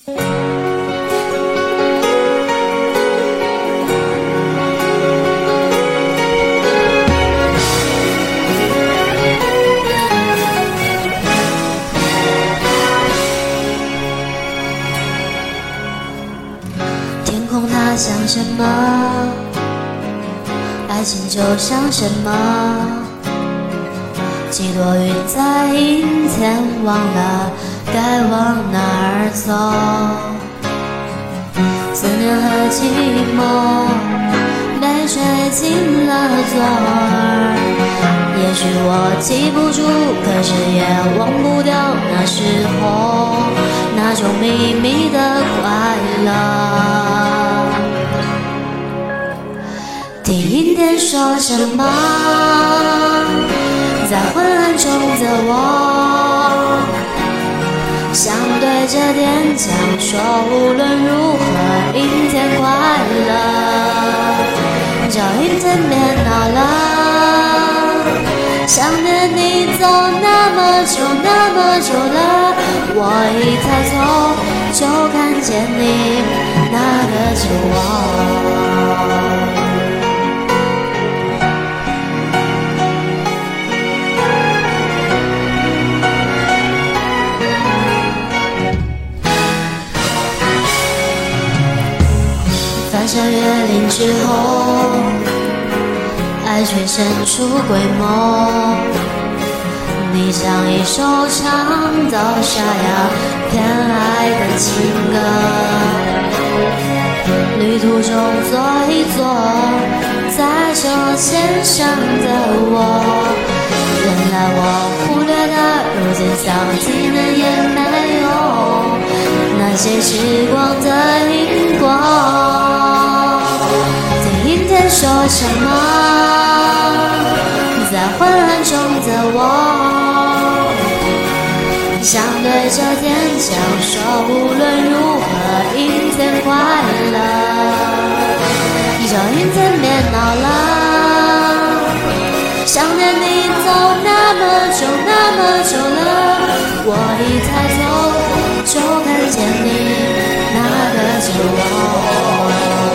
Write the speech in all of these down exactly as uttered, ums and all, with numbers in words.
天空它像什么？爱情就像什么？几朵云在阴天，忘了该往哪儿走。思念和寂寞被吹进了左耳，也许我记不住，可是也忘不掉那时候那种秘密的快乐。听阴天说什么，在昏暗中的我，想对着天讲说，无论如何阴天快乐，叫阴天别闹了。想念你走那么久那么久了，我一抬头就看见你那个旧我。翻山越岭之后，爱却生出鬼魔。你像一首唱到沙哑偏爱的情歌，旅途中坐一坐，在手线上的我，原来我忽略的，如今想纪念也没有那些时光的因果。阴天说什么，在昏暗中的我，想对着天讲说，无论如何阴天快乐，叫阴天别闹了。想念你走那么久那么久了，我一抬头就看见你那个旧我。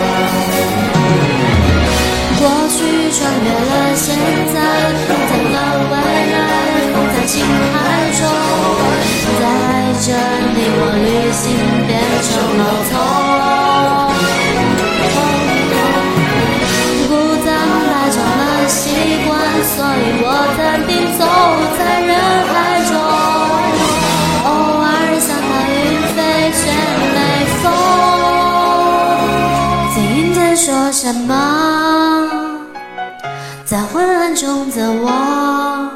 过去穿越了现在，在了未来，在情海中，在这你我旅行变成了痛。孤单来成了习惯，所以我暂停走在人海中，偶尔想到云飞却没风。听阴天说什么，在昏暗中的我，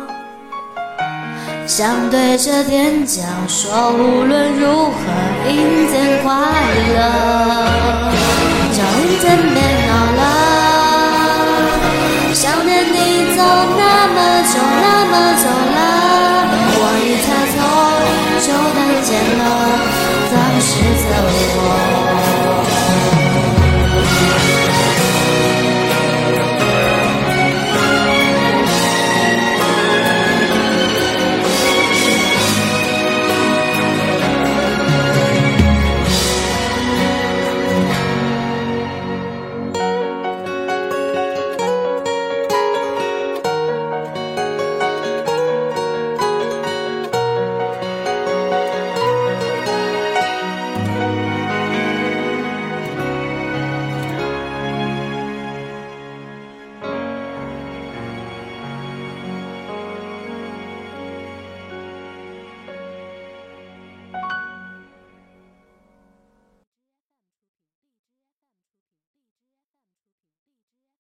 想对着天讲说，无论如何阴天快乐，叫阴天别闹了。想念你走那么久那么久了，我一抬头就看见了当时的我。